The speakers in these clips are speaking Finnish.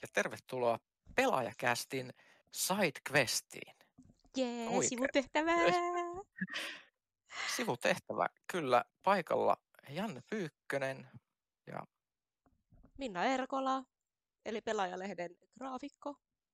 tervetuloa Pelaajakästin SideQuestiin. Jee, Oikein. sivutehtävää! Sivutehtävä, kyllä. Paikalla Janne Pyykkönen ja Minna Erkola, eli Pelaajalehden graafikko.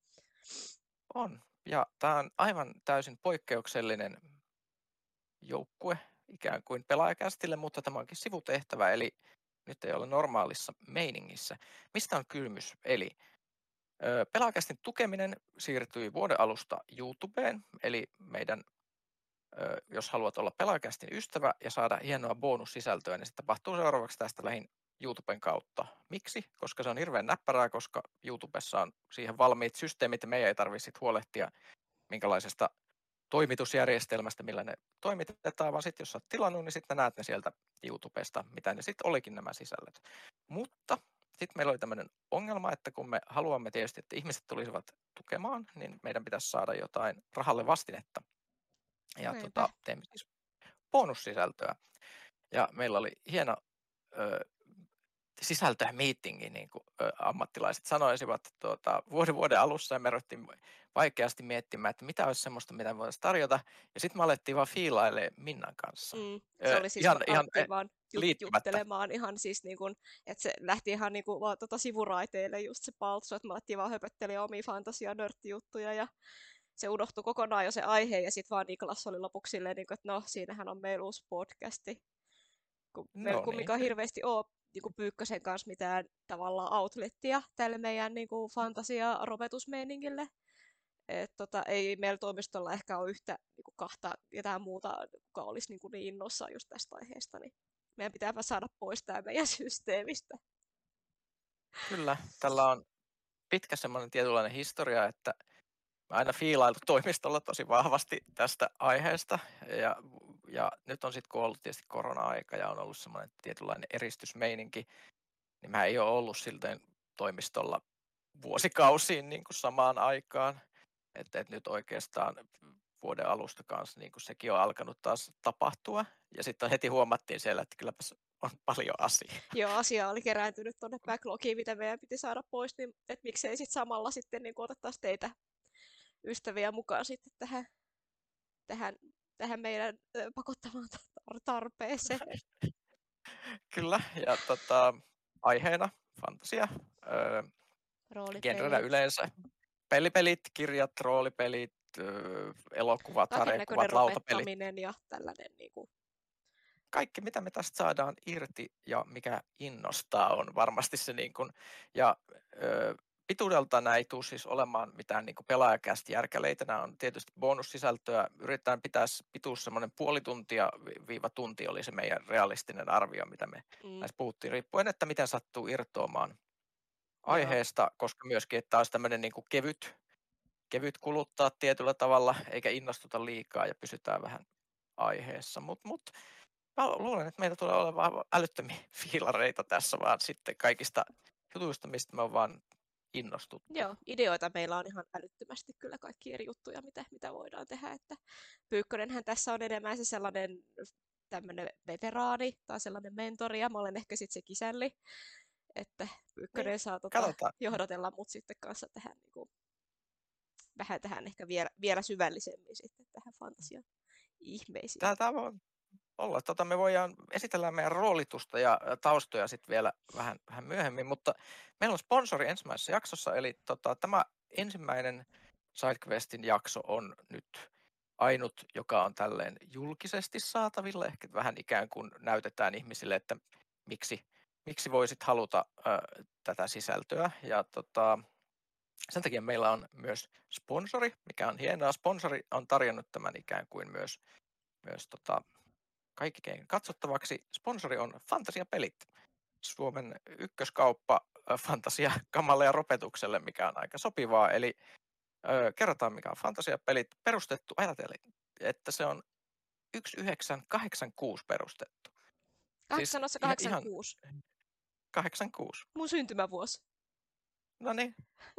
on. Ja tämä on aivan täysin poikkeuksellinen joukkue ikään kuin Pelaajakästille, mutta tämä onkin sivutehtävä, eli nyt ei ole normaalissa meiningissä. Mistä on kysymys? Eli Pelaajakästin tukeminen siirtyi vuoden alusta YouTubeen, eli meidän jos haluat olla Pelaajakästin ystävä ja saada hienoa bonussisältöä, niin se tapahtuu seuraavaksi tästä lähin YouTuben kautta. Miksi? Koska se on hirveän näppärää, koska YouTubessa on siihen valmiit systeemit ja meidän ei tarvitse huolehtia minkälaisesta toimitusjärjestelmästä, millä ne toimitetaan, vaan sitten jos sä oot tilannut, niin sitten näet ne sieltä YouTubesta, mitä ne sitten olikin nämä sisällöt. Mutta sitten meillä oli tämmöinen ongelma, että kun me haluamme tietysti, että ihmiset tulisivat tukemaan, niin meidän pitäisi saada jotain rahalle vastinetta. Ja teemme siis bonussisältöä. Ja meillä oli hieno sisältöä-meetingi, niin kuin ammattilaiset sanoisivat vuoden alussa, ja me ruvettiin vaikeasti miettimään, että mitä olisi semmoista, mitä voitaisiin tarjota. Ja sitten me alettiin vaan fiilailemaan Minnan kanssa. Se oli siis ihan vaan juttelemaan ihan siis niin kuin, että se lähti ihan niin kuin vaan sivuraiteille just se paltsu, että me alettiin vaan höpötteliä omia fantasia-nörttijuttuja ja se unohtui kokonaan jo se aihe ja sitten vaan Niklas oli lopuksi silleen, niin kuin, että no siinähän on meillä uusi podcasti. Kun meillä kumminkaan hirveästi ole niin kuin Pyykkösen kanssa mitään tavallaan outlettia tälle meidän niin kuin fantasia-ropetusmeiningille. Ei meillä toimistolla ehkä ole yhtä niin kahta jotain muuta, joka olisi niin innoissaan just tästä aiheesta, niin meidän pitääpä saada pois tämä meidän systeemistä. Kyllä, tällä on pitkä semmoinen tietynlainen historia, että mä aina fiilailtu toimistolla tosi vahvasti tästä aiheesta, ja nyt on sitten, kun on ollut tietysti korona-aika ja on ollut semmoinen tietynlainen eristysmeininki, niin mä ei ole ollut siltä toimistolla vuosikausiin niin kuin samaan aikaan, että nyt oikeastaan vuoden alusta kanssa niin kuin sekin on alkanut taas tapahtua, ja sitten heti huomattiin siellä, että kylläpäs on paljon asiaa. Joo, asia oli kerääntynyt tuonne backlogiin, mitä meidän piti saada pois, niin että miksei sitten samalla sitten niin otettaisiin teitä ystäviä mukaan sitten tähän meidän pakottavaan tarpeeseen. Kyllä, ja aiheena fantasia, genrenä yleensä, pelipelit, kirjat, roolipelit, elokuvat, harjakuvat, lautapelit. Ja tällainen niinku. Kaikki, mitä me tästä saadaan irti ja mikä innostaa, on varmasti se niin kuin, ja pituudelta nämä ei tule siis olemaan mitään niin kuin Pelaajakäst järkäleitä. Nämä on tietysti bonussisältöä. Yritetään pitää pituus semmoinen puoli tuntia viiva tunti oli se meidän realistinen arvio, mitä me näissä puhuttiin, riippuen, että miten sattuu irtoamaan aiheesta, koska myöskin, että olisi tämmöinen niin kuin kevyt kuluttaa tietyllä tavalla, eikä innostuta liikaa ja pysytään vähän aiheessa. Mutta mä luulen, että meillä tulee olemaan älyttömiä fiilareita tässä, vaan sitten kaikista jutuista, mistä me on vaan innostuttu. Joo, ideoita meillä on ihan älyttömästi kyllä kaikki eri juttuja, mitä voidaan tehdä. Että Pyykkönenhän tässä on enemmän se sellainen tämmöinen veteraani tai sellainen mentori, ja mä olen ehkä sitten se kisälli, että Pyykkönen saa johdatella mut sitten kanssa tähän niin vähän tähän ehkä vielä syvällisemmin sitten tähän fantasian ihmeisiin. Tämä on olla. Me voidaan esitellä meidän roolitusta ja taustoja sitten vielä vähän myöhemmin, mutta meillä on sponsori ensimmäisessä jaksossa, eli tämä ensimmäinen SideQuestin jakso on nyt ainut, joka on tälleen julkisesti saatavilla. Ehkä vähän ikään kuin näytetään ihmisille, että miksi voisit haluta tätä sisältöä. Ja sen takia meillä on myös sponsori, mikä on hienoa. Sponsori on tarjonnut tämän ikään kuin myös kaikkien katsottavaksi. Sponsori on Fantasiapelit, Suomen ykköskauppa fantasiakamalle ja ropetukselle, mikä on aika sopivaa. Eli kerrotaan, mikä on Fantasiapelit. Perustettu, ajatellen, että se on 1986 perustettu. Sanossa 86? 86. Mun syntymävuosi. No niin.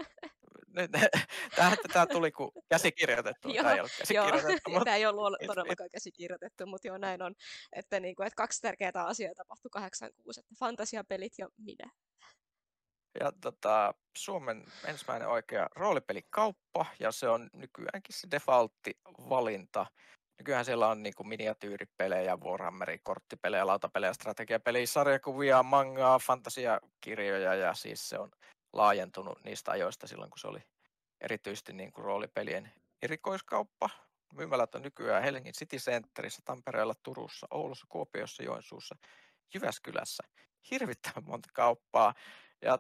Tämä tuli kuin käsikirjoitettu. Tämä ei ole käsikirjoitettu. Tämä ei ole todellakaan käsikirjoitettu, mutta joo, näin on. Että kaksi tärkeää asiaa tapahtui 86, että fantasiapelit ja minä. Ja Suomen ensimmäinen oikea roolipelikauppa, ja se on nykyäänkin se defaultti-valinta. Nykyään siellä on niinku miniatyyripelejä, Warhammeria, korttipelejä, lautapelejä, strategiapelejä, sarjakuvia, mangaa, fantasiakirjoja, ja siis se on laajentunut niistä ajoista silloin, kun se oli erityisesti niinku roolipelien erikoiskauppa. Myymälät on nykyään Helsingin City Centerissä, Tampereella, Turussa, Oulussa, Kuopiossa, Joensuussa, Jyväskylässä. Hirvittävän monta kauppaa. Ja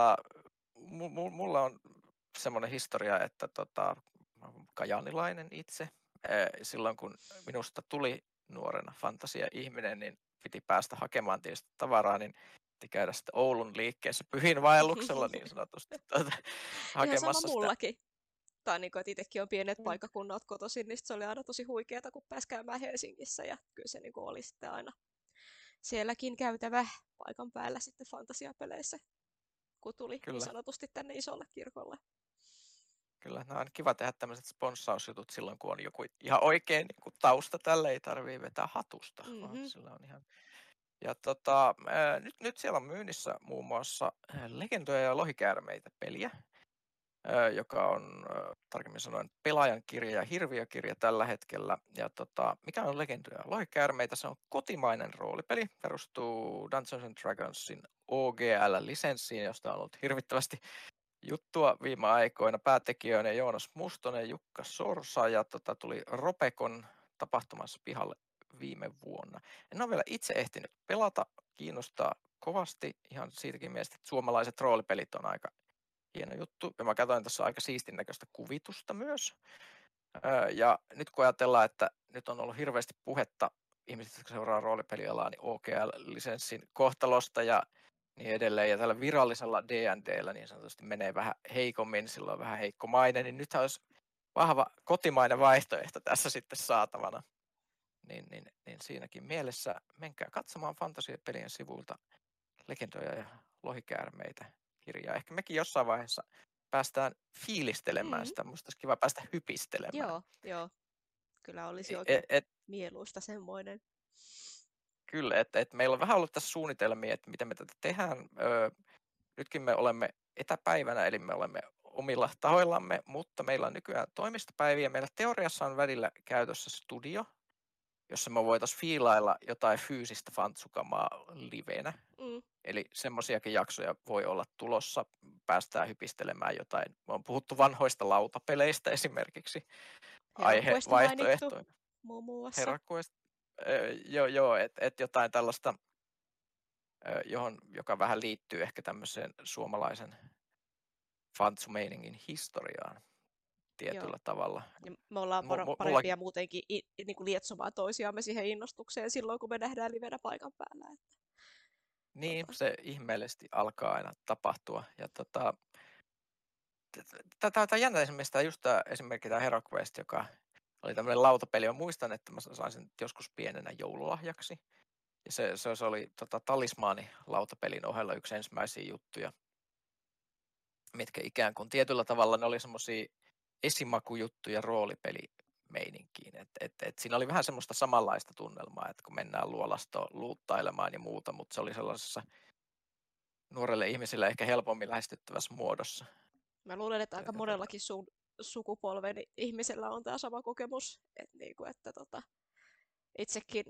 mulla on semmoinen historia, että mä oon kajaanilainen itse. Silloin kun minusta tuli nuorena fantasia-ihminen, niin piti päästä hakemaan tietysti tavaraa, niin piti käydä sitten Oulun liikkeessä pyhinvaelluksella niin sanotusti Ihan sama hakemassa sitä. mullakin. Tai niin kuin, että itsekin on pienet paikkakunnat kotoisin, niin se oli aina tosi huikeeta, kun pääsi käymään Helsingissä. Ja kyllä se niin kuin oli sitten aina sielläkin käytävä paikan päällä sitten fantasiapeleissä, kun tuli niin Kyllä, sanotusti tänne isolle kirkolle. kyllä. No on kiva tehdä tämmöiset sponssausjutut silloin, kun on joku ihan oikein niin kuin tausta tälle, ei tarvii vetää hatusta, vaan Mm-hmm. sillä on ihan. Ja nyt siellä on myynnissä muun muassa Legendoja ja lohikäärmeitä peliä, joka on tarkemmin sanoen pelaajan kirja ja hirviökirja tällä hetkellä. Ja mikä on Legendoja ja lohikäärmeitä? Se on kotimainen roolipeli, perustuu Dungeons and Dragonsin OGL-lisenssiin, josta on ollut hirvittävästi juttua viime aikoina. Päätekijöinä Joonas Mustonen, Jukka Sorsa ja tuli Ropekon tapahtumassa pihalle viime vuonna. En ole vielä itse ehtinyt pelata, kiinnostaa kovasti ihan siitäkin mielestä, että suomalaiset roolipelit on aika hieno juttu. Ja mä katsoin tässä aika siistin näköistä kuvitusta myös. Ja nyt kun ajatellaan, että nyt on ollut hirveästi puhetta ihmiset, jotka seuraa roolipelialaa, niin OGL-lisenssin kohtalosta ja niin edelleen. Ja tällä virallisella D&Dllä niin sanotusti menee vähän heikommin, sillä on vähän heikkomainen, niin nythän olisi vahva kotimainen vaihtoehto tässä sitten saatavana. Niin siinäkin mielessä menkää katsomaan fantasiapelien sivuilta Legendoja ja lohikäärmeitä kirjaa. Ehkä mekin jossain vaiheessa päästään fiilistelemään sitä. Musta olisi kiva päästä hypistelemään. Joo. Kyllä olisi oikein mieluista semmoinen. Kyllä, että meillä on vähän ollut tässä suunnitelmia, että miten me tätä tehdään. Nytkin me olemme etäpäivänä, eli me olemme omilla tahoillamme, mutta meillä on nykyään toimistopäiviä. Meillä teoriassa on välillä käytössä studio, jossa me voitaisiin fiilailla jotain fyysistä fantsukamaa livenä. Eli semmoisiakin jaksoja voi olla tulossa. Päästään hypistelemään jotain. Me on puhuttu vanhoista lautapeleistä esimerkiksi. Aihevaihtoehtoja. Muun muassa. HeroQuest. Joo, että jotain tällaista, joka vähän liittyy ehkä tämmöiseen suomalaisen fantsumeiningin historiaan tietyllä tavalla. Ja me ollaan parempia muutenkin niin kuin lietsomaan toisiamme siihen innostukseen silloin, kun me nähdään livenä paikan päällä. Että, niin, se ihmeellisesti alkaa aina tapahtua. Ja tämä on jännä esimerkiksi just esimerkiksi tämä HeroQuest, joka oli tämmöinen lautapeli. Mä muistan, että mä sain sen joskus pienenä joululahjaksi. Ja se oli Talismaani lautapelin ohella yksi ensimmäisiä juttuja, mitkä ikään kuin tietyllä tavalla ne oli semmoisia esimakujuttuja roolipelimeininkiin. Et siinä oli vähän semmoista samanlaista tunnelmaa, että kun mennään luolastoon luuttailemaan ja muuta, mutta se oli sellaisessa nuorelle ihmiselle ehkä helpommin lähestyttävässä muodossa. Mä luulen, että aika monellakin sukupolven ihmisellä on tämä sama kokemus, että itsekin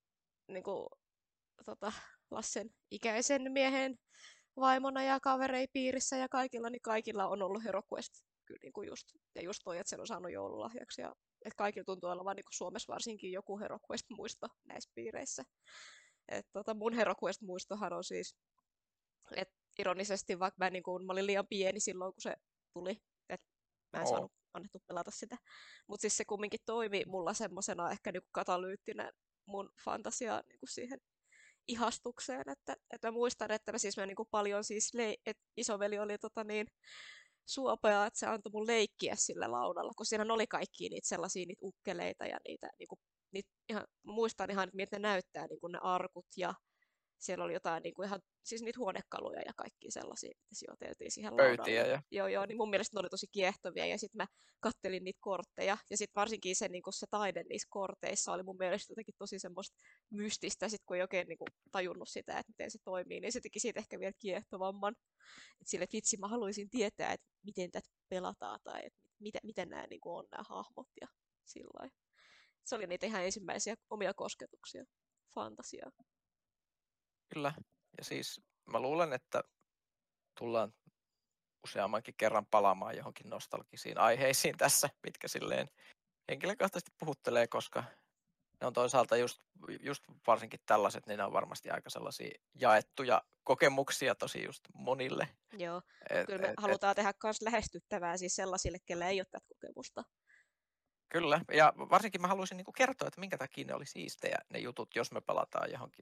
Lassen ikäisen miehen vaimona ja kavereipiirissä ja kaikilla on ollut HeroQuest kyllä just toi, että sen on saanut joululahjaksi ja että kaikilla tuntuu olevan Suomessa varsinkin joku HeroQuest-muisto näissä piireissä. Mun HeroQuest-muistohan on siis, että ironisesti vaikka mä olin liian pieni silloin kun se tuli, että mä en saanut annettu pelata sitä, mutta siis se kumminkin toimi mulla semmosena ehkä katalyyttinä mun fantasiaa siihen ihastukseen, että mä muistan, että mä paljon että isoveli oli suopea, että se antoi mun leikkiä sillä laudalla, kun siinä oli kaikkia niitä sellaisia niitä ukkeleita ja niitä ihan, mä muistan ihan, että miltä ne näyttää ne arkut ja siellä oli jotain niin kuin ihan, siis niitä huonekaluja ja kaikki sellaisia, että sijoiteltiin siihen Pöytiä laudalle. ja Joo, niin mun mielestä ne oli tosi kiehtovia, ja sitten mä kattelin niitä kortteja, ja sitten varsinkin se, niin kuin se taide niissä korteissa oli mun mielestä jotenkin tosi semmoista mystistä, sit kun ei oikein niin kuin tajunnut sitä, että miten se toimii, niin se teki siitä ehkä vielä kiehtovamman. Et sille, että vitsi, mä haluaisin tietää, että miten tätä pelataan, tai että miten nämä niin kuin on nämä hahmot, ja sillä lailla. Se oli niitä ihan ensimmäisiä omia kosketuksia fantasiaa. kyllä. Ja siis mä luulen, että tullaan useammankin kerran palaamaan johonkin nostalgisiin aiheisiin tässä, mitkä silleen henkilökohtaisesti puhuttelee, koska ne on toisaalta just varsinkin tällaiset, niin ne on varmasti aika sellaisia jaettuja kokemuksia tosi just monille. Joo, mutta Et, kyllä me et, et, halutaan tehdä myös lähestyttävää siis sellaisille, kelle ei ole tätä kokemusta. kyllä, ja varsinkin mä haluaisin niinku kertoa, että minkä takia ne oli siistejä ne jutut, jos me palataan johonkin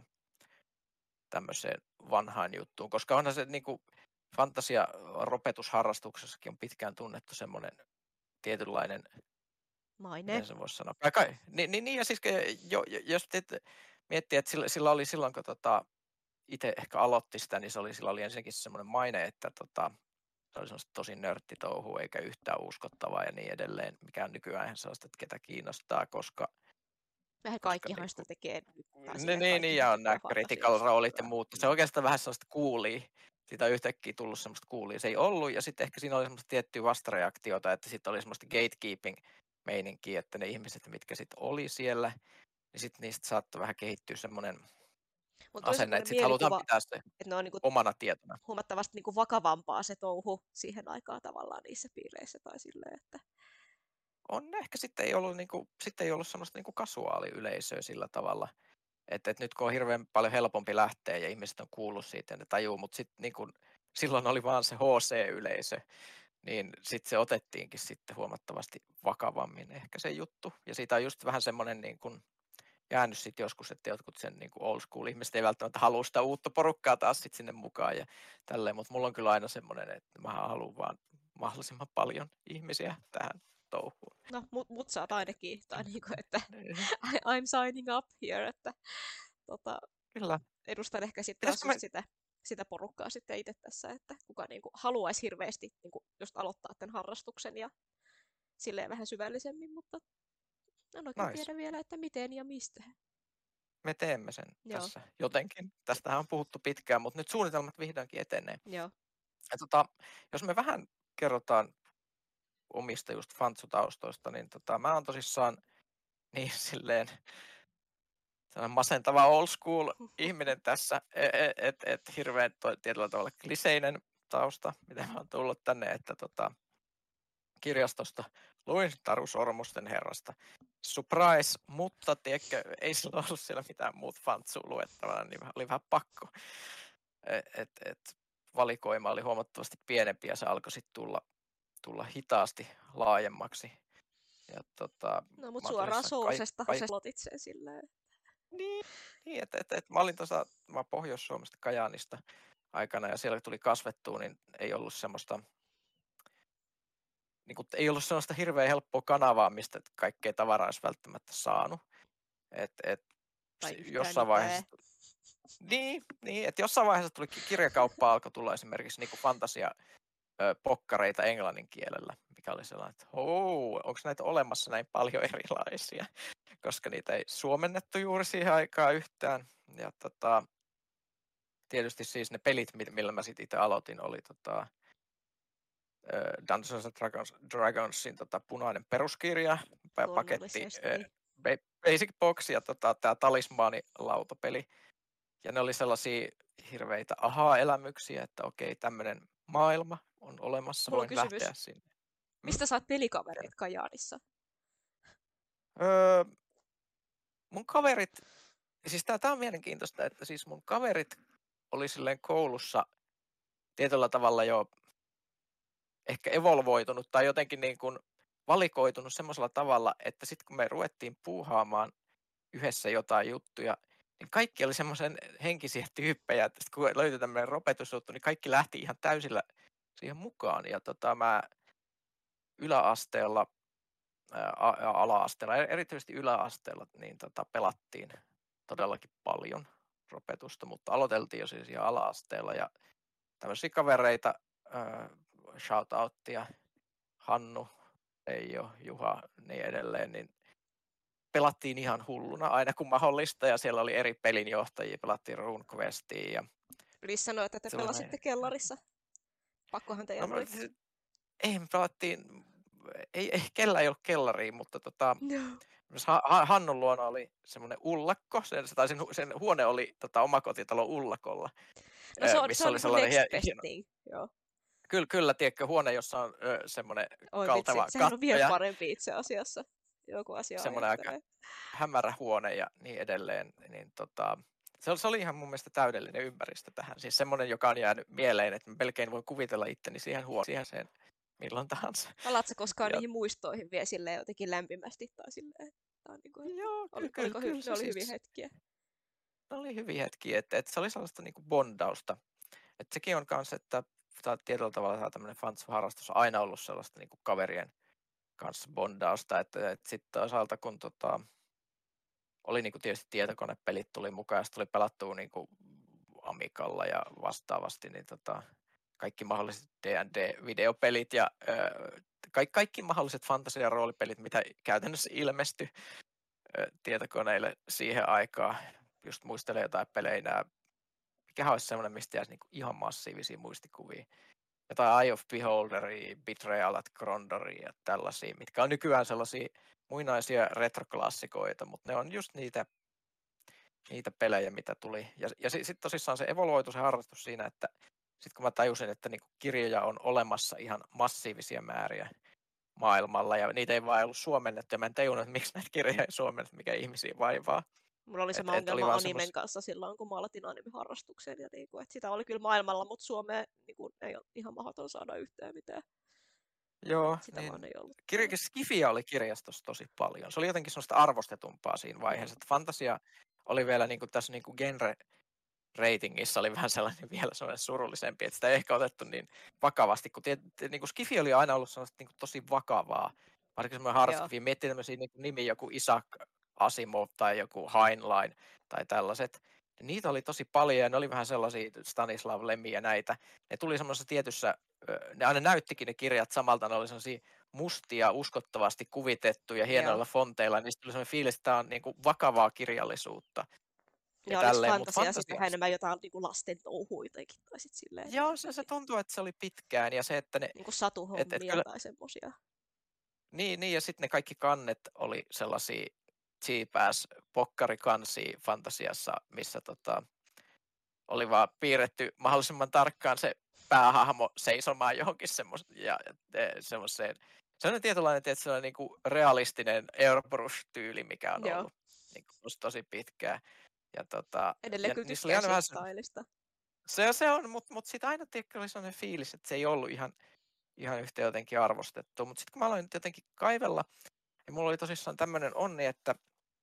tämmöiseen vanhaan juttuun, koska onhan se niinku fantasia-ropetusharrastuksessakin on pitkään tunnettu semmoinen tietynlainen, Maine. miten se voisi sanoa, niin ja siis jos miettii, että sillä oli silloin, kun itse ehkä aloitti sitä, niin sillä oli ensinnäkin semmoinen maine, että se oli semmoista tosi nörttitouhua eikä yhtään uskottavaa ja niin edelleen, mikä on nykyään ihan sellaista, että ketä kiinnostaa, koska Vähän kaikkihan sitä tekee nyt, tai silleen niin, kaikki ja on nämä tykkää critical fantasioista rolit ja nykyään. muut. Se on oikeastaan vähän sellaista coolia. Siitä on yhtäkkiä tullut semmoista coolia. Se ei ollut, ja sitten ehkä siinä oli semmoista tiettyä vastareaktiota, että sitten oli semmoista gatekeeping-meininkiä, että ne ihmiset, mitkä sitten oli siellä, niin sitten niistä saattoi vähän kehittyä semmoinen Mutta tuli asenne, semmoinen että sitten halutaan mielikuva, pitää se että ne on niinku omana tietona. huomattavasti niinku vakavampaa se touhu siihen aikaan tavallaan niissä piireissä tai silleen, että On ehkä sitten ei ollut semmoista kasuaaliyleisöä sillä tavalla, että nyt kun on hirveän paljon helpompi lähteä ja ihmiset on kuullut siitä ja ne tajuu, mutta sitten silloin oli vaan se HC-yleisö, niin sitten se otettiinkin sitten huomattavasti vakavammin ehkä se juttu. Ja siitä on just vähän semmoinen jäänyt sitten joskus, että jotkut sen old school ihmiset ei välttämättä halua sitä uutta porukkaa taas sitten sinne mukaan ja tälleen, mutta mulla on kyllä aina semmoinen, että mä haluan vaan mahdollisimman paljon ihmisiä tähän touhuun. no mut saat ainakin, tai niinku, että I'm signing up here, että Kyllä. edustan ehkä sitten taas Pitäisikö just me, sitä porukkaa sitten itse tässä, että kuka niinku haluaisi hirveästi niinku just aloittaa tämän harrastuksen ja silleen vähän syvällisemmin, mutta en oikein nice. tiedä vielä, että miten ja mistä. Me teemme sen Joo. tässä jotenkin. Tästähän on puhuttu pitkään, mutta nyt suunnitelmat vihdoinkin etenee. Joo. Ja jos me vähän kerrotaan omista just fantsutaustoista, niin mä oon tosissaan niin silleen masentava old school ihminen tässä, että hirveän tietyllä tavalla kliseinen tausta, miten mä oon tullut tänne, että kirjastosta luin Taru Sormusten herrasta. Surprise, mutta tiedätkö, ei sillä ollut siellä mitään muut fantsua luettavana, niin oli vähän pakko. Valikoima oli huomattavasti pienempi ja se alkoi sitten tulla hitaasti laajemmaksi. Ja no, mutta suoraan Soulsesta lotit sen silleen. Niin että mä olin mä Pohjois-Suomesta Kajaanista aikana ja siellä tuli kasvettua, niin ei ollut semmoista hirveän helppoa kanavaa, mistä kaikkea tavaraa olisi välttämättä saanut. Tai jossain vaiheessa että jossain vaiheessa tuli kirjakauppa alkoi tulla esimerkiksi fantasia pokkareita englannin kielellä, mikä oli sellainen, että onko näitä olemassa näin paljon erilaisia, koska niitä ei suomennettu juuri siihen aikaan yhtään. Ja tietysti siis ne pelit, millä mä sitten itse aloitin, oli Dungeons and Dragonsin punainen peruskirja, paketti, Basic Box ja tämä Talismani lautapeli. Ja ne oli sellaisia hirveitä aha-elämyksiä, että okei, tämmöinen maailma on olemassa, mulla on voin lähteä sinne. Mistä saat pelikavereita Kajaanissa? Mun kaverit, siis tää on mielenkiintoista, että siis mun kaverit oli silleen koulussa tietyllä tavalla jo ehkä evolvoitunut tai jotenkin valikoitunut semmoisella tavalla, että sitten kun me ruvettiin puuhaamaan yhdessä jotain juttuja, niin kaikki oli semmoisen henkisiä tyyppejä, että kun löytyi tämmöinen ropetusjuttu, niin kaikki lähti ihan täysillä siihen mukaan. Ja mä yläasteella ja ala-asteella, erityisesti yläasteella, niin pelattiin todellakin paljon perusopetusta, mutta aloiteltiin jo siis ihan ala-asteella ja tämmöisiä kavereita, shoutouttia, Hannu, Eijo, Juha, niin edelleen, niin pelattiin ihan hulluna aina kun mahdollista ja siellä oli eri pelinjohtajia, pelattiin RuneQuestia ja Ylis sanoa, että te se oli pelasitte kellarissa. Pakkohan no, teidän oli. ei, me pelattiin, ei kellä ei ollut kellaria, mutta No. Hannun luona oli semmoinen ullakko, sen huone oli omakotitalon ullakolla, No se on missä oli niinku sellainen next best hieno, thing. Joo. kyllä, tiedätkö, huone, jossa on semmoinen Oi kalteva vitsi, sehän on katto vielä ja parempi itse asiassa. Joku asia semmoinen aika ajattelee. hämärä huone ja niin edelleen, niin se oli ihan mun mielestä täydellinen ympäristö tähän. Siis semmoinen, joka on jäänyt mieleen, että mä melkein voin kuvitella itteni siihen huoneeseen milloin tahansa. Palaatko koskaan Ja, niihin muistoihin vielä silleen jotenkin lämpimästi tai silleen? Tää on niinku, joo, ne se oli siis, hyviä hetkiä. ne oli hyviä hetkiä, että se oli sellaista niinku bondausta. Että sekin on kanssa, että tietyllä tavalla tämmöinen fantsu-harrastus on aina ollut sellaista niinku kaverien kanssa bondausta, että sitten toisaalta kun oli niinku tietysti tietokonepelit tuli mukaan ja tuli pelattua niinku Amicalla ja vastaavasti, niin kaikki mahdolliset D&D-videopelit ja kaikki mahdolliset fantasia- ja roolipelit, mitä käytännössä ilmestyi tietokoneille siihen aikaan. Just muistelen jotain pelejä, mikähän olisi semmoinen, mistä jäisi niinku ihan massiivisia muistikuvia. Jotain Eye of Beholderia, Betrayal at Grondoria ja tällaisia, mitkä on nykyään sellaisia muinaisia retroklassikoita, mutta ne on just niitä pelejä, mitä tuli. Ja sitten tosissaan se evoluoitu se harrastus siinä, että sitten kun mä tajusin, että niinku kirjoja on olemassa ihan massiivisia määriä maailmalla, ja niitä ei vaan ollut suomennettu, ja mä en tajunnut, että miksi näitä kirjoja ei suomennettu, mikä ihmisiä vaivaa. Mulla oli sama ongelma animen kanssa silloin, kun mä aloitin anime-harrastuksen. Ja niinku, että sitä oli kyllä maailmalla, mutta Suomeen niinku, ei ole ihan mahdoton saada yhtään mitään. Joo, sitä niin vaan ei ollut. Skifiä oli kirjastossa tosi paljon. Se oli jotenkin sellaista arvostetumpaa siinä vaiheessa. Että fantasia oli vielä niinku tässä niinku genre-ratingissa oli vähän sellainen vielä sellainen surullisempi, että sitä ei ehkä otettu niin vakavasti, kun niinku Skifi oli aina ollut sellaista niinku tosi vakavaa. Varsinkin semmoinen hardskifi, miettii tämmöisiä niinku nimi joku Isaac Asimov tai joku Heinlein tai tällaiset. Niitä oli tosi paljon ja ne oli vähän sellaisia Stanislav Lemi ja näitä. Ne tuli semmoisessa tietyssä, ne aina näyttikin ne kirjat samalta, ne oli sellaisia mustia, uskottavasti kuvitettuja hienoilla fonteilla, niin tuli sellainen fiilis, että tämä on niinku vakavaa kirjallisuutta. Ja oliko fantasia sitten enemmän jotain niinku lasten touhuitakin tai sitten silleen? Joo, se tuntuu, että se oli pitkään ja se, että ne... Niinku satuhommia tai semmosia. Niin, ja sitten ne kaikki kannet oli sellaisia cheap-ass pokkarikansia fantasiassa, missä oli vaan piirretty mahdollisimman tarkkaan se päähahmo seisomaan johonkin semmoiseen. Se on tietynlainen niinku realistinen airbrush-tyyli, mikä on ollut niinku tosi pitkään. Ja edelleen kyllä tykkää siitä stylista. Se on, mutta sitä aina oli sellainen fiilis, että se ei ollut ihan yhtä jotenkin arvostettu. Mutta sitten kun mä aloin jotenkin kaivella, ja mulla oli tosissaan tämmöinen onni, että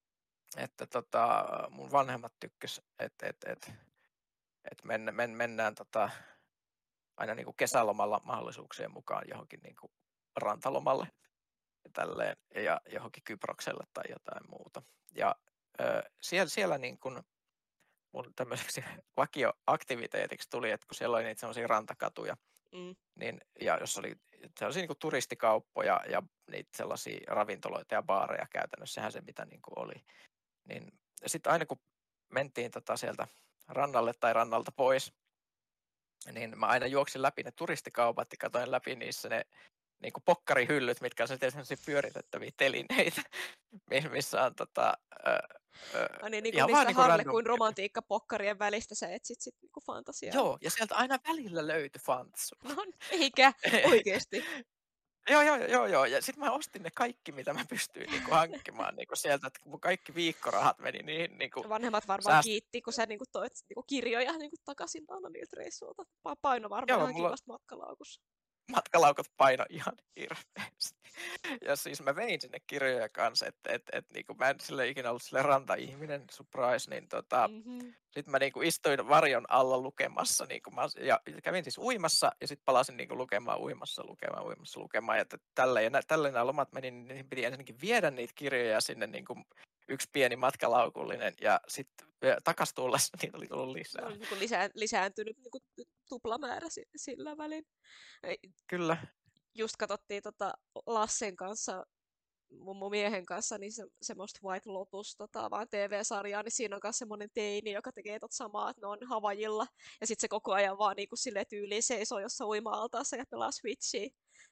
mun vanhemmat tykkäs, että mennään aina niinku kesälomalla mahdollisuuksien mukaan johonkin niinku rantalomalle ja tälleen, ja johonkin Kyprokselle tai jotain muuta. Ja siellä niin kun mun tämmöiseksi vakioaktiviteetiksi tuli, että kun siellä oli niitä sellaisia rantakatuja, niin, ja jos oli sellaisia niin kuin turistikauppoja ja niitä sellaisia ravintoloita ja baareja käytännössä, sehän se mitä niin kuin oli. Niin sitten aina kun mentiin sieltä rannalle tai rannalta pois, niin mä aina juoksin läpi ne turistikaupat ja katsoin läpi niissä ne niin kuin pokkarihyllyt, mitkä on sellaisia pyöritettäviä telineitä, missä on niin kuin niistä Harlequin romantiikkapokkarien välistä sä etsit sit niinku fantasiaa. Joo, ja sieltä aina välillä löytyi fantsu. No eikä, oikeesti. Joo, ja sitten mä ostin ne kaikki, mitä mä pystyin niinku hankkimaan niinku sieltä, että kun kaikki viikkorahat meni niihin niinku... Vanhemmat varmaan kiitti, kun sä niinku toit niinku kirjoja niinku takaisin aina niiltä reissuilta. Paino varmaan ihan kivasta matkalaukussa. Matkalaukut paino ihan hirveästi. Ja siis mä vein sinne kirjoja kanssa, että niinku mä en sille ikinä ollut sille ranta-ihminen, surprise, niin sitten mä niinku istuin varjon alla lukemassa, niinku ja kävin siis uimassa ja sitten palasin niinku lukemaan uimassa, ja tälleen nämä lomat meni, niin piti ensinnäkin viedä niitä kirjoja sinne niinku yksi pieni matkalaukullinen ja sitten takas tullessa niitä oli tullut Ne lisää. on niin kuin lisääntynyt niin kuin tuplamäärä sillä välin. Kyllä. Just katsottiin Lassen kanssa, mun miehen kanssa, niin semmoista White Lotus vaan TV-sarjaa, niin siinä on myös semmoinen teini, joka tekee samaa, että ne on Havajilla. Ja sitten se koko ajan vaan niin kuin sille tyyliin seisoo jossain uima-altaassa ja pelaa Switchiä.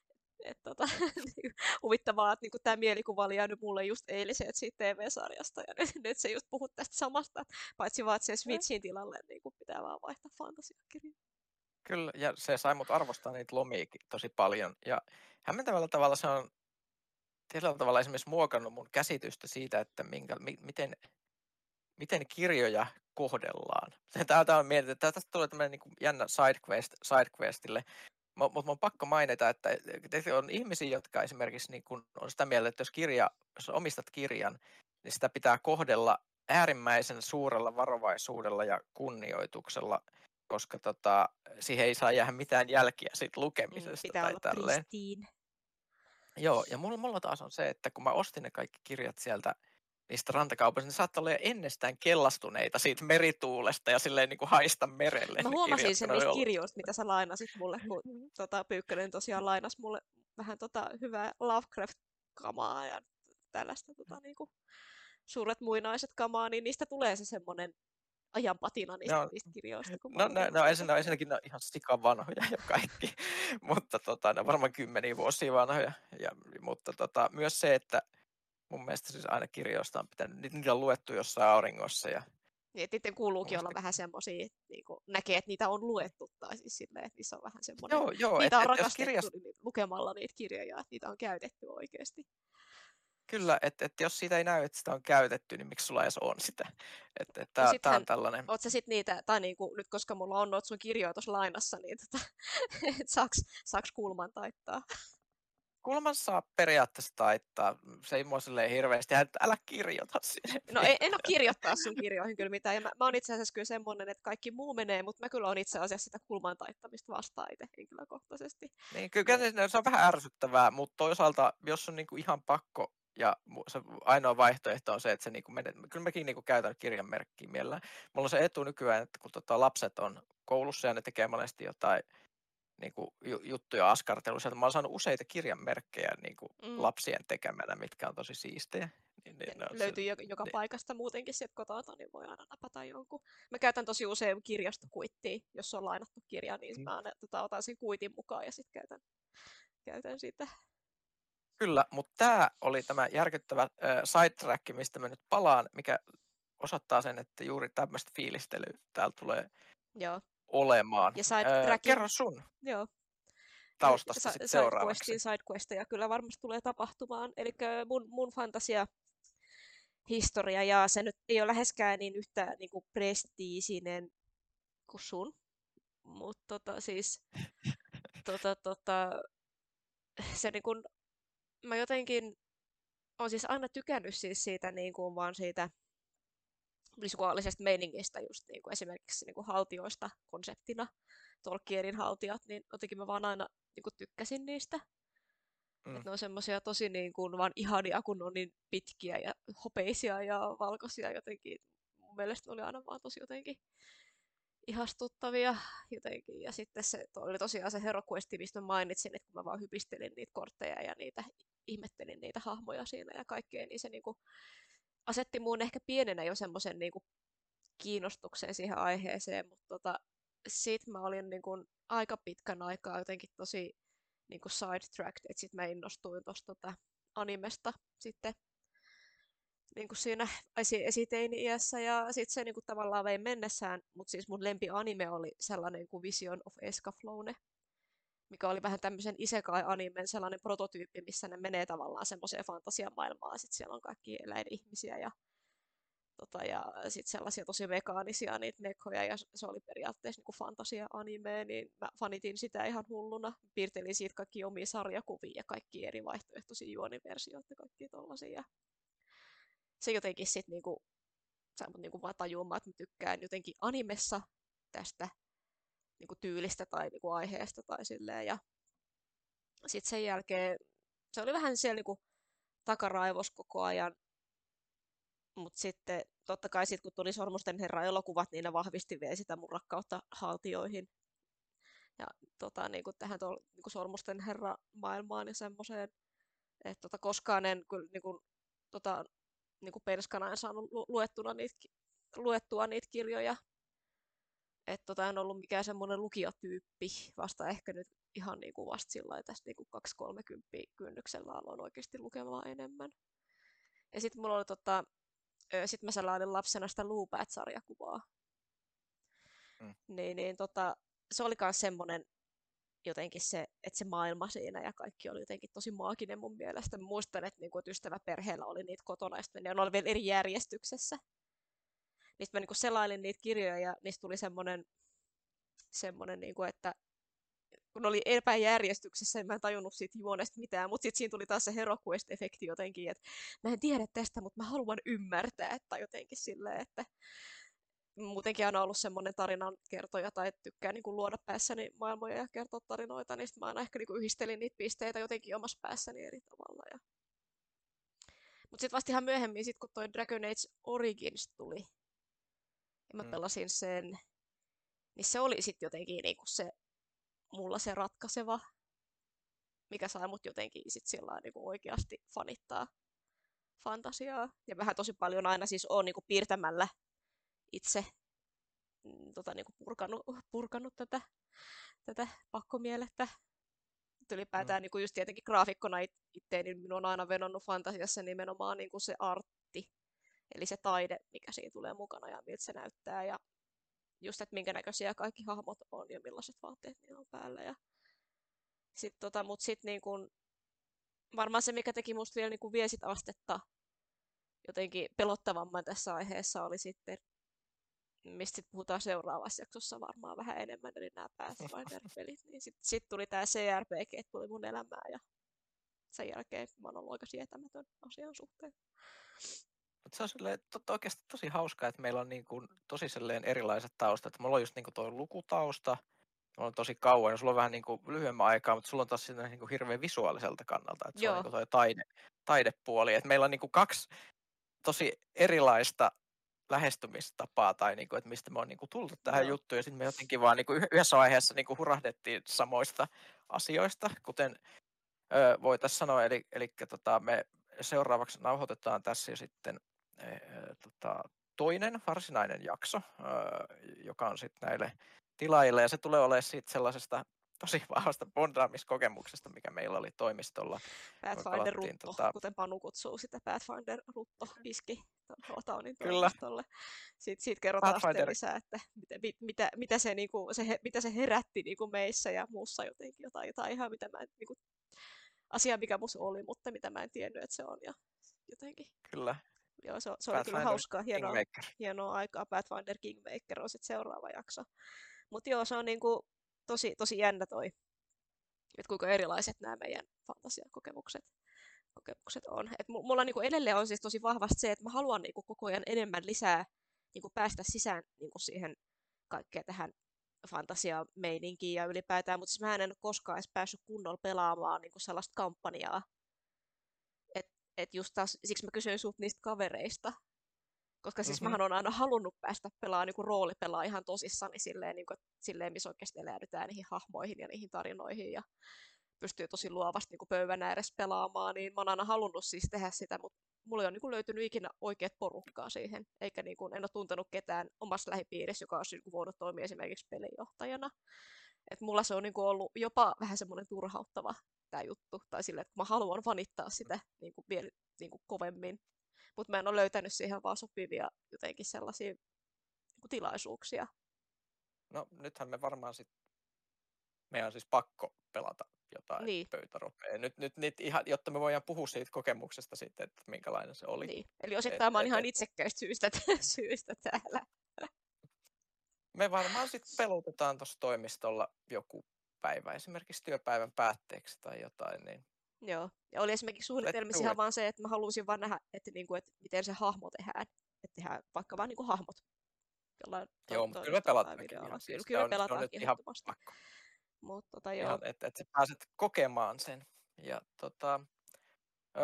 Huvittavaa, että niinku tämä mielikuva oli jäänyt mulle just eiliset siitä TV-sarjasta, ja nyt se just puhut tästä samasta, paitsi vaan, että se Switchin tilalle niinku pitää vaan vaihtaa fantasiakirjaa. Kyllä, ja se sai mut arvostaa niitä lomiakin tosi paljon. Ja hämmentävällä tavalla se on tietyllä tavalla esimerkiksi muokannut mun käsitystä siitä, että miten kirjoja kohdellaan. Täältä on mietitty, että tästä tulee tämmöinen niin jännä sidequestille, mutta mun on pakko mainita, että on ihmisiä, jotka esimerkiksi niin kun on sitä mieltä, että jos omistat kirjan, niin sitä pitää kohdella äärimmäisen suurella varovaisuudella ja kunnioituksella, koska siihen ei saa jäädä mitään jälkiä siitä lukemisesta Pitää tai olla tälleen. pristine. Joo, ja mulla taas on se, että kun mä ostin ne kaikki kirjat sieltä niistä rantakaupoista, niin saattaa olla jo ennestään kellastuneita siitä merituulesta ja silleen niin kuin haista merelle Mä ne huomasin kirjat, sen kun ne niistä oli ollut. kirjoista, mitä sä lainasit mulle, kun Pyykkönen tosiaan lainasi mulle vähän hyvää Lovecraft-kamaa ja tällaista niinku, suuret muinaiset kamaa, niin niistä tulee se semmoinen ajanpatina niistä kirjoista. Kun Ensinnäkin ne on ihan sikan vanhoja jo kaikki, mutta ne on varmaan 10 vuosia vanhoja. Mutta myös se, että mun mielestä siis aina kirjoista on pitänyt, niitä on luettu jossain auringossa. Ja niin, niiden kuuluukin olla vähän semmoisia, niin näkee, että niitä on luettu, tai siis silleen, että niissä on vähän semmoinen, joo, niitä on jos rakastettu lukemalla niitä kirjoja, että niitä on käytetty oikeasti. Kyllä, että jos siitä ei näy, että sitä on käytetty, niin miksi sulla edes on sitä? Tämä on tällainen. Oot sä sit niitä, tai niinku, nyt koska mulla on noit sun kirjoja tuossa lainassa, niin saaks kulman taittaa? Kulman saa periaatteessa taittaa. Se ei mua silleen hirveästi, älä kirjoita sinne. No en ole kirjoittaa sun kirjoihin kyllä mitään. Ja mä oon itse asiassa kyllä semmonen, että kaikki muu menee, mutta mä kyllä oon itse asiassa sitä kulman taittamista vastaan itse henkilökohtaisesti. Niin, kyllä se on vähän ärsyttävää, mutta toisaalta, jos on niinku ihan pakko, ja se ainoa vaihtoehto on se, että se niinku menee, kyllä mäkin niinku käytän kirjanmerkkiä mielellään. Mulla on se etu nykyään, että kun lapset on koulussa ja ne tekee monesti jotain niinku juttuja askartelussa, että mä oon saanut useita kirjanmerkkejä niinku lapsien tekemänä, mitkä on tosi siistejä. Löytyy joka paikasta muutenkin sieltä kotoa, niin voi aina napata jonkun. Mä käytän tosi usein kirjastokuittia, jos on lainattu kirja, niin mä aina, otan sen kuitin mukaan ja sitten käytän sitä. Kyllä, mutta tämä oli tämä järkyttävä sidetrack, mistä mä nyt palaan, mikä osoittaa sen, että juuri tämmöistä fiilistelyä täällä tulee olemaan. Ja kerro sun taustasta sitten seuraavaksi. Sidequesteja kyllä varmasti tulee tapahtumaan. Eli mun fantasia historia, ja se nyt ei ole läheskään niin yhtä niin kuin prestiisinen kuin sun, mutta siis se niin kuin, mä jotenkin olen siis aina tykännyt siis siitä niin kuin vaan siitä visuaalisesta meiningistä, just niin kuin esimerkiksi niin kuin haltioista konseptina, Tolkienin haltijat, niin jotenkin mä vaan aina niin kuin tykkäsin niistä. Että ne on semmoisia tosi niin kuin vaan ihania, kun on niin pitkiä ja hopeisia ja valkoisia jotenkin. Mun mielestä ne oli aina vaan tosi jotenkin ihastuttavia jotenkin. Ja sitten se oli tosiaan se Hero Quest, mistä mä mainitsin, että kun mä vaan hypistelin niitä kortteja ja ihmettelin niitä hahmoja siinä ja kaikkea, niin se niinku asetti muun ehkä pienenä jo semmoisen niinku kiinnostuksen siihen aiheeseen, mutta sit mä olin niinku aika pitkän aikaa jotenkin tosi niinku sidetracked, että sit mä innostuin tosta animesta sitten niinku siinä esiteini-iässä, ja sitten se niinku tavallaan vei mennessään, mutta siis mun lempianime oli sellainen kuin Vision of Escaflowne, mikä oli vähän tämmöisen isekai-animen sellainen prototyyppi, missä ne menee tavallaan semmoiseen fantasiamaailmaan, sitten siellä on kaikki eläinihmisiä ja sitten sellaisia tosi mekaanisia niitä mekhoja, ja se oli periaatteessa niinku fantasia-anime, niin mä fanitin sitä ihan hulluna. Piirtelin siitä kaikki omia sarjakuvia ja kaikki eri vaihtoehtoisia juoniversioita ja kaikki tollasia. Ja se jotenkin sitten niinku, sai mut niinku vaan tajumaan, että mä tykkään jotenkin animessa tästä niinku tyylistä tai niinku aiheesta tai silleen. Ja sitten sen jälkeen se oli vähän siellä niinku takaraivos koko ajan. Mutta sitten totta kai sit, kun tuli Sormusten herra elokuvat, niin ne vahvisti vielä sitä mun rakkautta haltioihin. Ja niinku tähän niinku Sormusten herra maailmaan ja semmoiseen. Että koskaan en kyllä niinku perskana en saanut luettua niitä kirjoja. Että en ollut mikään semmoinen lukijatyyppi, vasta ehkä nyt ihan niinku vasta sillä tässä niinku 2-30 kynnyksellä aloin oikeasti lukemaan enemmän. Ja sitten mulla oli sit mä sellainen lapsena sitä Loopat-sarjakuvaa. Niin, se oli myös semmoinen jotenkin se, että se maailma siinä ja kaikki oli jotenkin tosi maaginen mun mielestä. Mä muistan, että, niinku, että ystäväperheellä oli niitä kotona, ja ne oli vielä eri järjestyksessä. Niistä mä niinku selailin niitä kirjoja ja niistä tuli semmoinen niinku, että kun ne oli epäjärjestyksessä, en mä en tajunnut siitä juonesta mitään, mutta sitten siinä tuli taas se Hero Quest-efekti jotenkin, että mä en tiedä tästä, mutta mä haluan ymmärtää, tai jotenkin silleen, että muutenkin aina ollut semmoinen tarinankertoja tai tykkää niin kuin luoda päässäni maailmoja ja kertoa tarinoita, niin mä aina ehkä niin kuin yhdistelin niitä pisteitä jotenkin omassa päässäni eri tavalla. Mutta sitten vasta ihan myöhemmin, sit kun toi Dragon Age Origins tuli, ja mä pelasin sen, niin se oli sitten jotenkin niin kuin mulla se ratkaiseva, mikä sai mut jotenkin sit sillä niin kuin oikeasti fanittaa fantasiaa. Ja vähän tosi paljon aina siis on niin kuin piirtämällä itse niin kuin purkanut tätä pakkomielettä. Ylipäätään niin kuin just tietenkin graafikkona itteeni, niin minun on aina vedonnut fantasiassa nimenomaan niin kuin se artti, eli se taide, mikä siinä tulee mukana ja miltä se näyttää. Ja just, että minkä näköisiä kaikki hahmot on ja millaiset vaatteet niillä on päällä. Ja mutta sitten niin kuin, varmaan se, mikä teki musta vielä niin kuin vie sit astetta jotenkin pelottavamman tässä aiheessa, oli sitten mistä sit puhutaan seuraavassa jaksossa varmaan vähän enemmän, eli nämä Pathfinder-pelit. Niin sitten tuli tämä CRPG, tuli mun elämään, ja sen jälkeen mä oon ollut aika sietämätön asian suhteen. Se on oikeasti tosi hauskaa, että meillä on niin kuin tosi erilaiset taustat. Mulla on just niin kuin tuo lukutausta, mulla on tosi kauan, ja sulla on vähän niin kuin lyhyemmän aikaa, mutta sulla on taas niin kuin hirveän visuaaliselta kannalta, että se on niin kuin tuo taidepuoli. Että meillä on niin kuin kaksi tosi erilaista lähestymistapaa tai niinku, että mistä me on niinku tultu tähän juttuun ja sitten me jotenkin vaan niinku yhdessä vaiheessa niinku hurahdettiin samoista asioista, kuten voitaisiin sanoa, eli me seuraavaksi nauhoitetaan tässä jo sitten toinen varsinainen jakso, joka on sitten näille tilaajille ja se tulee olemaan sitten sellaisesta tosi vahvasta bondaamiskokemuksesta, mikä meillä oli toimistolla. Pathfinder-rutto, kuten Panu kutsuu sitä Pathfinder-rutto-iski Otaunin toimistolle. Siitä kerrotaan sitten lisää, että mitä se herätti niinku meissä ja muussa jotenkin jotain ihan mitä mä niinku, asia mikä musta oli, mutta mitä mä en tiennyt, että se on ja jotenkin. Kyllä. Joo, se oli kyllä hauskaa, hienoa aikaa. Pathfinder Kingmaker on sitten seuraava jakso. Mutta joo, se on niinku tosi jännä toi, että kuinka erilaiset nämä meidän fantasiakokemukset on. Et mulla niinku edelleen on siis tosi vahvasti se, että mä haluan niinku koko ajan enemmän lisää niinku päästä sisään niinku siihen kaikkeen tähän fantasiameininkiin ja ylipäätään, mutta siis mä en ole koskaan edes päässyt kunnolla pelaamaan niinku sellaista kampanjaa. Et just taas, siksi mä kysyin sulta niistä kavereista, koska siis mähän on aina halunnut päästä pelaamaan niinku roolipelaa ihan tosissani silleen, missä oikeasti eläydytään niihin hahmoihin ja niihin tarinoihin ja pystyy tosi luovasti niinku pöydän ääressä pelaamaan, niin mä oon aina halunnut siis tehdä sitä, mutta mulla ei ole niinku löytynyt ikinä oikeat porukkaa siihen, eikä niinku, en ole tuntenut ketään omassa lähipiirissä, joka olisi niinku voinut toimia esimerkiksi pelinjohtajana. Et mulla se on niinku ollut jopa vähän semmoinen turhauttava tämä juttu, tai silleen, että mä haluan vanittaa sitä niinku vielä niinku kovemmin, mutta mä en ole löytänyt siihen vaan sopivia jotenkin sellaisia niinku tilaisuuksia. No nythän me varmaan meidän on siis pakko pelata jotain pöytäropeja. Nyt ihan, jotta me voidaan puhua siitä kokemuksesta sitten, että minkälainen se oli. Niin. Eli osittain mä oon ihan itsekkäistä syystä täällä. Me varmaan sitten pelotetaan tuossa toimistolla joku päivä, esimerkiksi työpäivän päätteeksi tai jotain. Niin. Joo, ja oli esimerkiksi suunnitelmissa ihan vaan se, että mä halusin vaan nähdä, että miten se hahmo tehdään. Että tehdään vaikka vaan niinku hahmot. Joo, mutta kyllä me pelataankin ihan siis. Kyllä me pelataankin ehdottomasti. Mutta joo. Että sä pääset kokemaan sen. Ja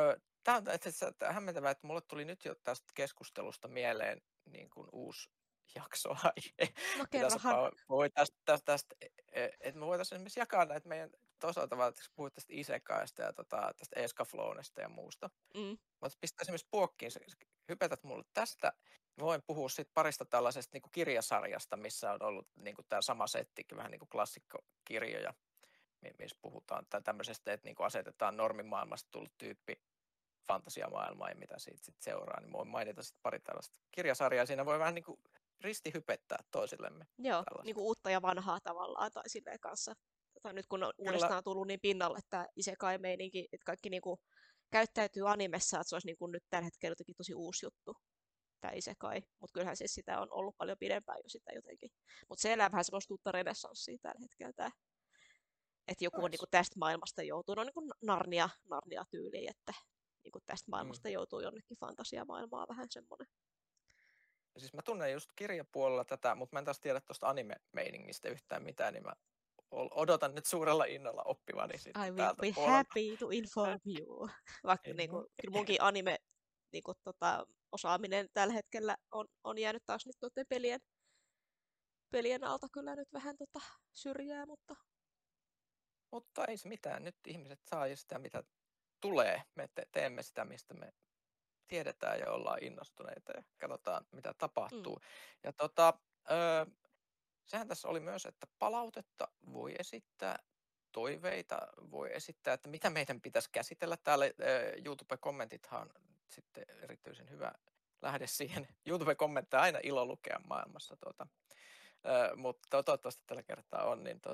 Tämä on itse asiassa hämmentävää, että mulle tuli nyt jo tästä keskustelusta mieleen niin kuin uusi jaksoaihe, No mitä sä kerrohan. voitaisiin että me voitaisiin esimerkiksi jakaa näitä meidän toisaalta vaan, että puhuit tästä isekaista ja tästä eskaflownesta ja muusta. Mm. Mutta pistää esimerkiksi puokkiin, hypätät mulle tästä. Mä voin puhua sitten parista tällaisesta niin kuin kirjasarjasta, missä on ollut niin kuin tämä sama settikin, vähän niin kuin klassikkokirjoja, missä puhutaan tämmöisestä, että niin kuin asetetaan normimaailmasta tullut tyyppi fantasiamaailmaa ja mitä siitä sitten seuraa, niin voin mainita sitten pari tällaista kirjasarjaa. Siinä voi vähän niin kuin ristihypettää toisillemme Joo, tällaista. niin kuin uutta ja vanhaa tavallaan tai silleen kanssa. Nyt kun on Kyllä. uudestaan tullut niin pinnalle tämä isekai-meininki, että kaikki niin kuin käyttäytyy animessa, että se olisi niin kuin nyt tällä hetkellä jotenkin tosi uusi juttu, tämä isekai. Mutta kyllähän siis sitä on ollut paljon pidempään jo sitä jotenkin. Mutta se elää vähän semmoista uutta renessanssia tällä hetkellä tämä. Että joku on niin kuin tästä maailmasta joutuu, no niin kuin Narnia-tyyliin, että niin kuin tästä maailmasta joutuu jonnekin fantasiamaailmaan vähän semmoinen. Siis mä tunnen just kirjapuolella tätä, mutta mä en taas tiedä tuosta anime-meiningistä yhtään mitään, niin mä odotan nyt suurella innolla oppivani sitten I will täältä be puolelta. happy to inform you. Vaikka niinku, kyllä munkin anime niinku, osaaminen tällä hetkellä on jäänyt taas nyt noiden pelien alta kyllä nyt vähän syrjää, mutta... Mutta ei se mitään. Nyt ihmiset saa jo sitä, mitä tulee. Me teemme sitä, mistä me tiedetään ja ollaan innostuneita ja katsotaan, mitä tapahtuu. Ja sehän tässä oli myös, että palautetta voi esittää, toiveita voi esittää, että mitä meidän pitäisi käsitellä. Täällä YouTube-kommentithan on sitten erityisen hyvä lähde siihen. YouTube-kommentteja aina ilo lukea maailmassa. Mutta toivottavasti tällä kertaa on, niin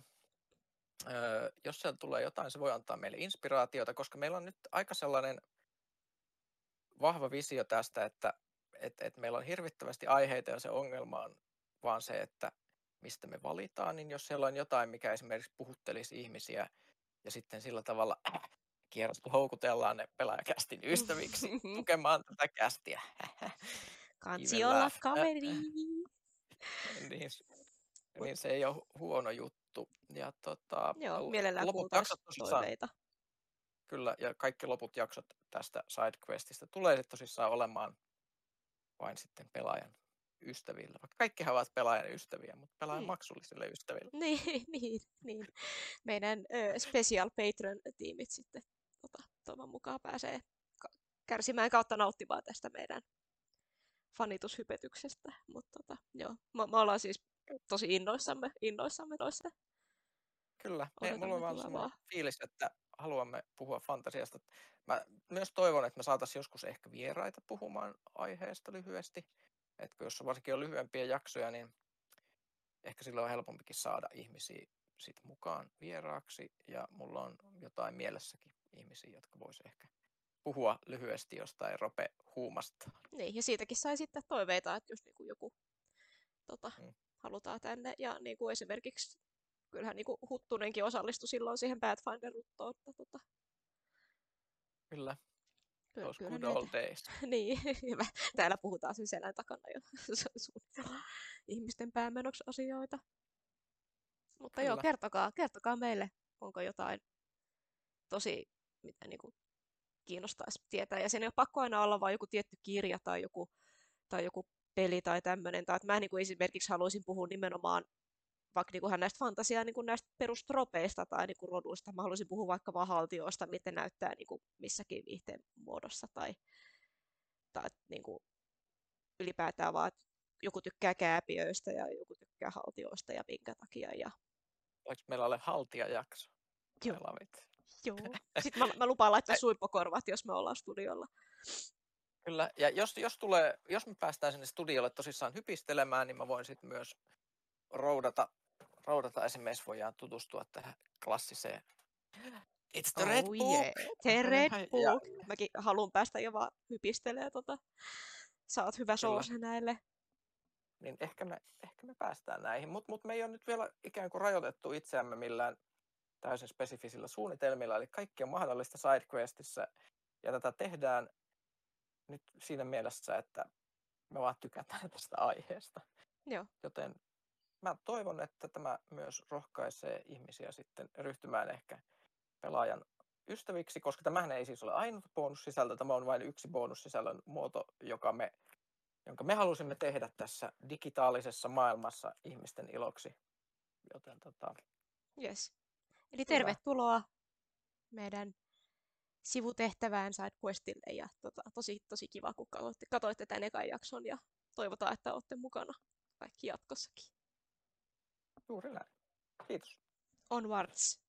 jos sieltä tulee jotain, se voi antaa meille inspiraatiota, koska meillä on nyt aika sellainen vahva visio tästä, että meillä on hirvittävästi aiheita ja se ongelma on vaan se, että mistä me valitaan, niin jos siellä on jotain, mikä esimerkiksi puhuttelisi ihmisiä ja sitten sillä tavalla kierrosta houkutellaan ne pelaajakästin ystäviksi tukemaan tätä kästiä. Kansi olla kaveri. Niin se ei ole huono juttu. Ja joo, mielellään kuultaisiin toiveita. Kyllä, ja kaikki loput jaksot tästä sidequestista tulee sitten tosissaan olemaan vain sitten pelaajan ystävillä. Vaikka kaikkihan ovat pelaajan ystäviä, mutta pelaajan maksullisille ystäville. Niin. Meidän special Patreon-tiimit sitten toivon mukaan pääsee kärsimään kautta nauttimaan tästä meidän fanitushypetyksestä. Mutta joo, me ollaan siis tosi innoissamme toista. Kyllä, mulla on vaan sellainen fiilis, että haluamme puhua fantasiasta. Mä myös toivon, että me saataisiin joskus ehkä vieraita puhumaan aiheesta lyhyesti. Että jos varsinkin on lyhyempiä jaksoja, niin ehkä silloin on helpompikin saada ihmisiä sit mukaan vieraaksi. Ja mulla on jotain mielessäkin ihmisiä, jotka vois ehkä puhua lyhyesti jostain rope huumasta. Niin, ja siitäkin sai sitten toiveita, että jos niinku joku halutaan tänne. Ja niinku esimerkiksi kyllähän niinku Huttunenkin osallistui silloin siihen Pathfinder-ruttoon. Kyllä. Those good old days. Niin, hyvä. Täällä puhutaan sen selän takana jo ihmisten päämenoksi asioita. Mutta kyllä. Joo, kertokaa meille, onko jotain tosi, mitä niinku kiinnostaisi tietää. Ja sen ei ole pakko aina olla vain joku tietty kirja tai joku peli tai tämmöinen. Tai että mä niinku esimerkiksi haluaisin puhua nimenomaan vaikka niinku näistä fantasiaa niinku näistä perustropeista tai niinku roduista. Mä haluaisin puhua vaikka vaan haltioista, miten näyttää niinku missäkin viihteen muodossa. Tai niinku ylipäätään vaan, että joku tykkää kääpiöistä ja joku tykkää haltioista ja minkä takia. Ja... Voiko meillä olla haltijajakso? Joo. Sitten mä lupaan laittaa suippokorvat, jos me ollaan studiolla. Kyllä, ja jos me päästään sinne studiolle tosissaan hypistelemään, niin mä voin sitten myös roudata esimerkiksi, voidaan tutustua tähän klassiseen It's the Red Book! Yeah. The Red Book! Mäkin haluan päästä jo vaan hypistelemään Sä oot hyvä soos näille. Niin ehkä me päästään näihin, mutta me ei ole nyt vielä ikään kuin rajoitettu itseämme millään täysin spesifisillä suunnitelmilla, eli kaikki on mahdollista sidequestissa, ja tätä tehdään nyt siinä mielessä, että me vaan tykätään tästä aiheesta. Joo. Joten mä toivon, että tämä myös rohkaisee ihmisiä sitten ryhtymään ehkä pelaajan ystäviksi, koska tämähän ei siis ole ainut bonussisältö, tämä on vain yksi bonussisällön muoto, jonka me halusimme tehdä tässä digitaalisessa maailmassa ihmisten iloksi. Joten Yes. Eli Hyvä. tervetuloa meidän sivutehtävään SideQuestille ja tosi kiva, kun katsoitte tämän ekan jakson ja toivotaan, että olette mukana kaikki jatkossakin. Juuri näin. Kiitos. Onwards.